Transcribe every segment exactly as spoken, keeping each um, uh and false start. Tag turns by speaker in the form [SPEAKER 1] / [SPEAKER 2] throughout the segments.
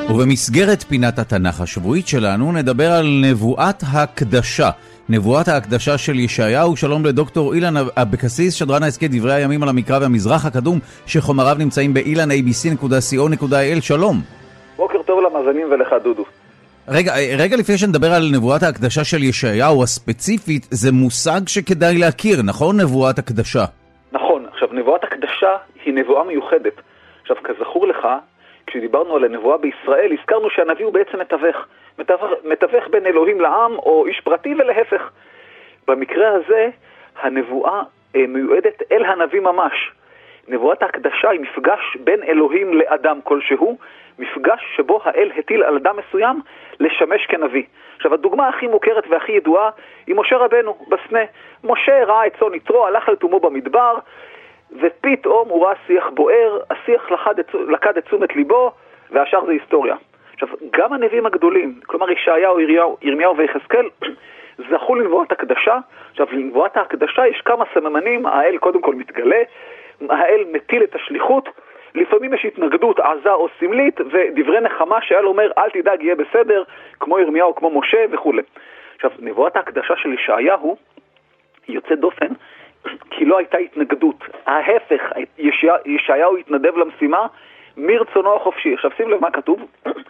[SPEAKER 1] ובמסגרת פינת התנ"ך השבועית שלנו נדבר על נבואת הקדשה. נבואת ההקדשה של ישעיהו. שלום לדוקטור אילן אבקסיס, שדרן ההסכת דברי הימים על המקרא והמזרח הקדום, שחומריו נמצאים באילן איי בי סי נקודה סי או נקודה איי אל. שלום.
[SPEAKER 2] בוקר טוב למאזינים ולך דודו.
[SPEAKER 1] רגע, רגע לפני שנדבר על נבואת ההקדשה של ישעיהו הספציפית, זה מושג שכדאי להכיר, נכון? נבואת הקדשה. נכון.
[SPEAKER 2] עכשיו, נבואת הקדשה היא נבואה מיוחדת. עכשיו, כזכור לך, כשדיברנו על הנבואה בישראל, הזכרנו שהנביא הוא בעצם מתווך. מתווך, מתווך בין אלוהים לעם או איש פרטי ולהפך. במקרה הזה, הנבואה אה, מיועדת אל הנביא ממש. נבואת ההקדשה היא מפגש בין אלוהים לאדם כלשהו, מפגש שבו האל הטיל על אדם מסוים לשמש כנביא. עכשיו, הדוגמה הכי מוכרת והכי ידועה היא משה רבנו בסנה. משה ראה את צאן יתרו, הלך על תומו במדבר, ופתאום הוא ראה שיח בוער, השיח לקד את תשומת ליבו, והשאר זה היסטוריה. עכשיו, גם הנביאים הגדולים, כלומר ישעיהו, ירמיהו ויחזקאל, זכו לנבואת הקדשה. עכשיו, לנבואת ההקדשה יש כמה סממנים. האל קודם כל מתגלה, האל מטיל את השליחות, לפעמים יש התנגדות עזה או סמלית, ודברי נחמה שהאל אומר, אל תדאג, יהיה בסדר, כמו ירמיהו, כמו משה וכו'. עכשיו, נבואת ההקדשה של ישעיהו יוצא דופן, כי לא הייתה התנגדות. ההפך, ישעיהו התנדב למשימה מרצונו החופשי. עכשיו, שים לב מה כתוב.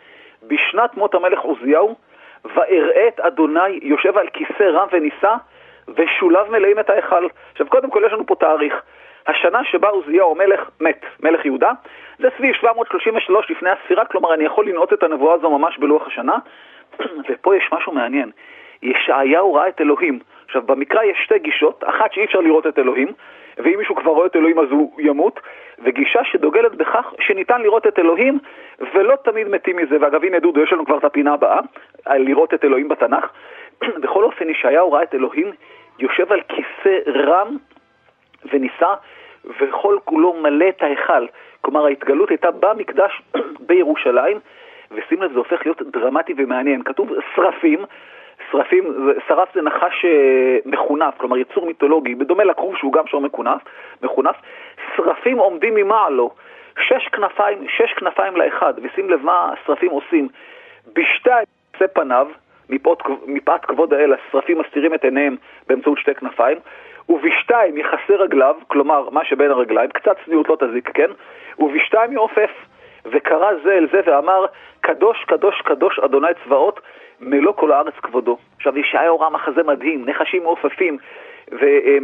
[SPEAKER 2] בשנת מות המלך עוזיהו, ואראה את אדוני יושב על כיסא רם ונישא, ושולב מלאים את ההיכל. עכשיו, קודם כל יש לנו פה תאריך. השנה שבה עוזיהו המלך מת, מלך יהודה, זה סביב שבע מאות שלושים ושלוש לפני הספירה, כלומר אני יכול לנעות את הנבואה הזו ממש בלוח השנה. ופה יש משהו מעניין. ישעיהו ראה את אלוהים. עכשיו, במקרא יש שתי גישות, אחת שאי אפשר לראות את אלוהים, ואם מישהו כבר רואה את אלוהים אז הוא ימות, וגישה שדוגלת בכך שניתן לראות את אלוהים, ולא תמיד מתים מזה. ואגב, הנה דודו, יש לנו כבר את הפינה הבאה, על לראות את אלוהים בתנ"ך. בכל אופן, ישעיהו ראה את אלוהים, יושב על כיסא רם ונישא, וכל כולו מלא את ההיכל. כלומר, ההתגלות הייתה במקדש בירושלים, ושים לב, זה הופך להיות דרמטי ומעניין. כתוב שרפים, שרפים, שרף זה נחש מחונף, כלומר יצור מיתולוגי, בדומה לכרוב שהוא גם שם מחונף, מחונף. שרפים עומדים ממעלו, שש כנפיים, שש כנפיים לאחד, ושים לב מה השרפים עושים. בשתיים יצא פניו, מפאת, מפאת כבוד האל, השרפים מסתירים את עיניהם באמצעות שתי כנפיים, ובשתיים יחסה רגליו, כלומר מה שבין הרגליים, קצת צניעות לא תזיק, כן? ובשתיים יעופף, וקרא זה אל זה ואמר, קדוש, קדוש, קדוש, אדוני צבאות, מלוא כל הארץ כבודו. עכשיו, ישעיהו ראה מחזה מדהים, נחשים מעופפים, והם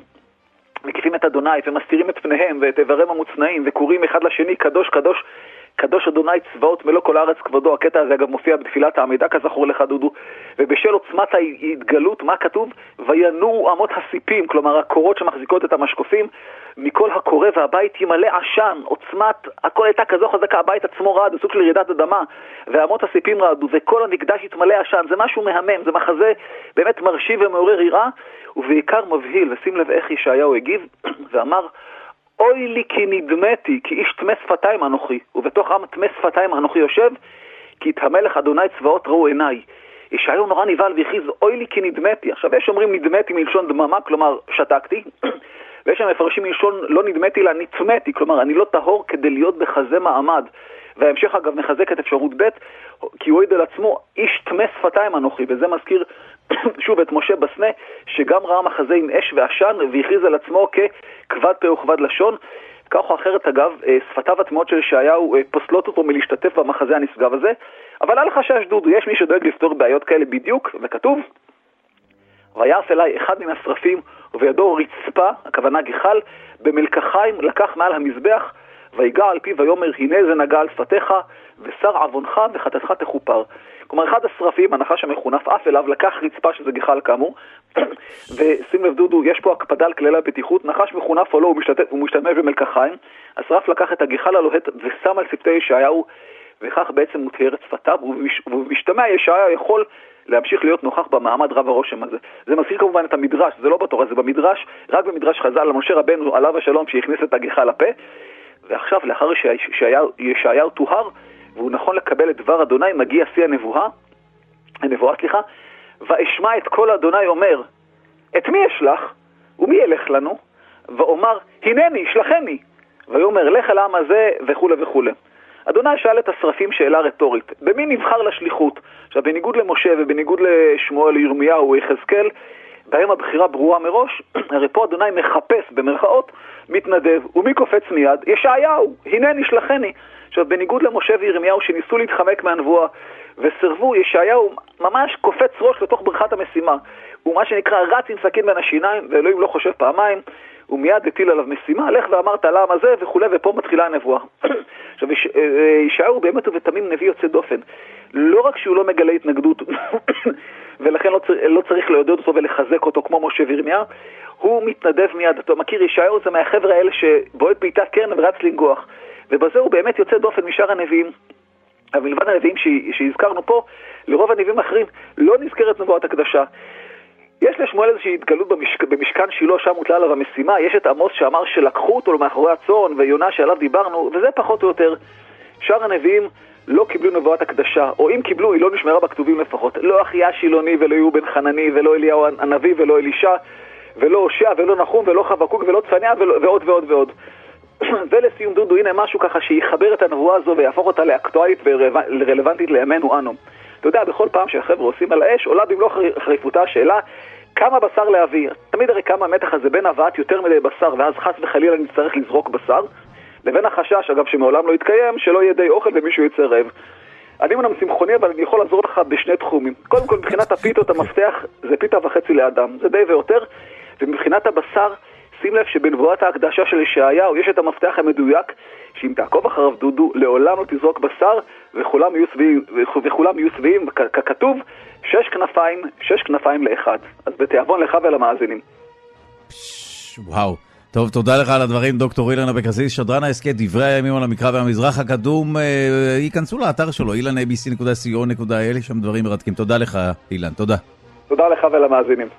[SPEAKER 2] מקיפים את אדוני, ומסתירים את פניהם, ואת איבריהם המוצנעים, וקוראים אחד לשני, קדוש, קדוש, קדוש אדוני צבאות, מלוא כל הארץ כבודו. הקטע הזה אגב מופיע בתפילת העמידה, כזכור לך דודו. ובשל עוצמת ההתגלות, מה כתוב? וינועו אמות הסיפים, כלומר הקורות שמחזיקות את המשקופים, מכל הקורא והבית ימלא עשן, עוצמת, הכל הייתה כזו חזקה, הבית עצמו רעד, בסוג של רעידת אדמה, ואמות הסיפים רעדו, וכל המקדש יתמלא עשן. זה משהו מהמם, זה מחזה באמת מרשים ומעורר יראה, ובעיקר מבהיל. ושים לב איך ישעיהו הגיב, ואמר, אוי לי כי נדמתי, כי איש תמי שפתיים אנוכי, ובתוך עם תמי שפתיים אנוכי יושב, כי את המלך אדוני צבאות ראו עיניי. ישעיהו נורא נבהל והכריז, אוי לי כי נדמתי. עכשיו יש אומרים נדמתי מלשון דממה, כלומר שתקתי, ויש שם מפרשים מלשון לא נדמתי לה נצמתי, כלומר אני לא טהור כדי להיות בכזה מעמד. וההמשך אגב מחזק את אפשרות ב', כי הוא עיד על עצמו איש תמי שפתיים אנוכי, וזה מזכיר שוב את משה בסנה, שגם ראה מחזה עם אש ועשן, והכריז על עצמו ככבד פה וכבד לשון. כך או אחרת אגב, שפתיו התמות של ישעיהו פוסלות אותו מלהשתתף במחזה הנשגב הזה, אבל אל חשש דודו, יש מי שדואג לפתור בעיות כאלה בדיוק, וכתוב, ויעש אליי אחד מן השרפים, ובידו רצפה, הכוונה גחל, במלקחיים לקח מעל המזבח, ויגע על פיו ויאמר, הנה זה נגע על שפתיך, ושר עוונך וחטאתך תכופר. כלומר, אחד השרפים, הנחש המחונף, אף אליו לקח רצפה שזה גחל כאמור, ושים לב דודו, יש פה הקפדה על כללי הבטיחות, נחש מחונף או לא, הוא, משתת, הוא משתמש במלקחיים, השרף לקח את הגחל הלוהט ושם על שפתי ישעיהו, וכך בעצם מותיר את שפתיו, ובמשתמע ישעיהו יכול להמשיך להיות נוכח במעמד רב הרושם הזה. זה מזכיר כמובן את המדרש, זה לא בתורה, זה במדרש, רק במדרש חז"ל, למשה רבנו עליו השלום שהכניס את הגחל לפה, ועכשיו לאחר שישעיהו טוהר, והוא נכון לקבל את דבר אדוני, מגיע שיא הנבואה, הנבואה סליחה, ואשמע את כל אדוני אומר, את מי אשלח ומי ילך לנו? ואומר, הנני, שלחני. ויאמר, לך אל העם הזה וכו' וכו'. אדוני שאל את השרפים שאלה רטורית, במי נבחר לשליחות? עכשיו, בניגוד למשה ובניגוד לשמואל, ירמיהו ויחזקאל, בהם הבחירה ברורה מראש, הרי פה אדוני מחפש במרכאות, מתנדב, ומי קופץ מיד? ישעיהו, הנה נשלחני. עכשיו, בניגוד למשה וירמיהו שניסו להתחמק מהנבואה וסרבו, ישעיהו ממש קופץ ראש לתוך בריכת המשימה. הוא מה שנקרא רץ עם סכין בין השיניים, ואלוהים לא חושב פעמיים, הוא מיד הטיל עליו משימה, לך ואמרת לעם הזה וכו', ופה מתחילה הנבואה. עכשיו, ישעיהו באמת ובתמים נביא יוצא דופן. לא רק שהוא לא מגלה התנגדות, ולכן לא, צר, לא צריך לעודד אותו ולחזק אותו כמו משה וירמיהו, הוא מתנדב מיד. אתה מכיר, ישעיהו זה מהחבר'ה האלה שבועט בעיטת קרן ורץ לנגוח. ובזה הוא באמת יוצא דופן משאר הנביאים. אבל מלבד הנביאים שהזכרנו פה, לרוב הנביאים האחרים לא נזכרת נבואת הקדשה. יש לשמואל איזושהי התגלות במשכ... במשכן שילה, שם הוטלה עליו המשימה. יש את עמוס שאמר שלקחו אותו מאחורי הצאן, ויונה שעליו דיברנו, וזה פחות או יותר. שאר הנביאים לא קיבלו נבואת הקדשה, או אם קיבלו, היא לא נשמרה בכתובים לפחות. לא אחיה שילוני ולא יהוא בן חנני, ולא אליהו הנביא ולא אלישע, ולא הושע ולא נחום ולא חבקוק ולא צפניה ולא... ועוד ועוד ועוד. ולסיום דודו, הנה משהו ככה שיחבר את הנבואה הזו ויהפוך אותה לאקטואלית ורלוונטית לימינו אנו. אתה יודע, בכל פעם שהחבר'ה עושים על האש, עולה במלוא חריפותה השאלה, כמה בשר להביא? תמיד הרי כמה המתח הזה בין הבאת יותר מדי בשר, ואז חס וחלילה נצטרך לזרוק בשר, לבין החשש, אגב, שמעולם לא יתקיים, שלא יהיה די אוכל ומישהו יצא רעב. אני מנם שמחוני, אבל אני יכול לעזור לך בשני תחומים. קודם כל, מבחינת הפיתות, המפתח זה פיתה וחצי לאדם, זה די ויותר, ומבחינת הבשר, שים לב שבנבואת ההקדשה של ישעיהו יש את המפתח המדויק, שאם תעקוב אחריו דודו, לעולם לא תזרוק בשר, וכולם יהיו שבעים, וכולם יהיו שבעים, ככתוב, שש כנפיים, שש כנפיים לאחד. אז בתיאבון לך ולמאזינים.
[SPEAKER 1] וואו. טוב, תודה לך על הדברים, דוקטור אילן אבקסיס, שדרן ההסכת דברי הימים על המקרא והמזרח הקדום. ייכנסו לאתר שלו, אילן איי בי סי נקודה סי או נקודה איי אל, יש שם דברים מרתקים. תודה לך, אילן, תודה.
[SPEAKER 2] תודה לך ולמאזינים.